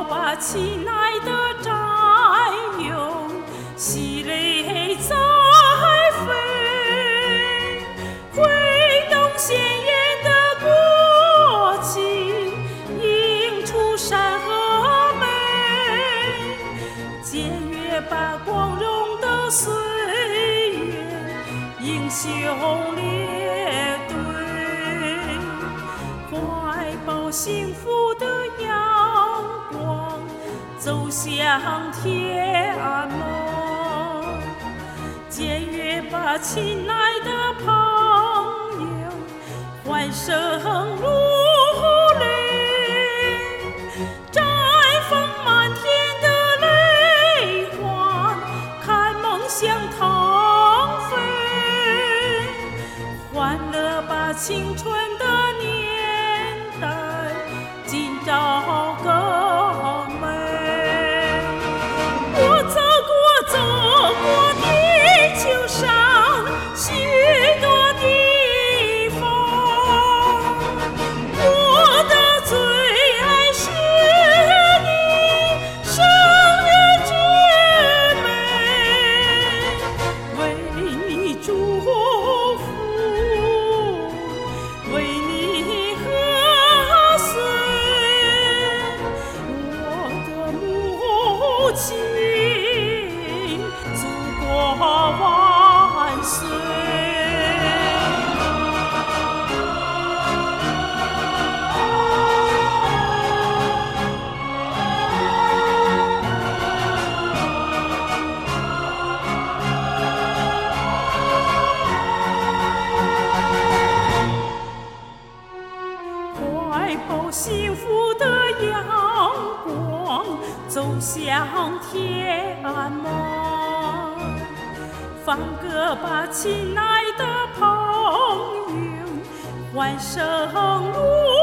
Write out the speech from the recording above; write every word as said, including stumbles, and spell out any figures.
把亲爱的战友洗泪再飞，挥动鲜艳的国旗，映出山河美，检阅把光荣的岁月，英雄列队，怀抱幸福的阳光，走向天安门，检阅吧，亲爱的朋友，欢声如雷，绽放满天的泪花，看梦想腾飞，欢乐吧，青春的年代，今朝更美。我走过，走过地球上许多地方，我的最爱是你生日之美，为你祝福，为你贺岁，我的母亲，祖国万岁。怀抱幸福的阳光，走向天安门，放歌吧，亲爱的朋友，欢声如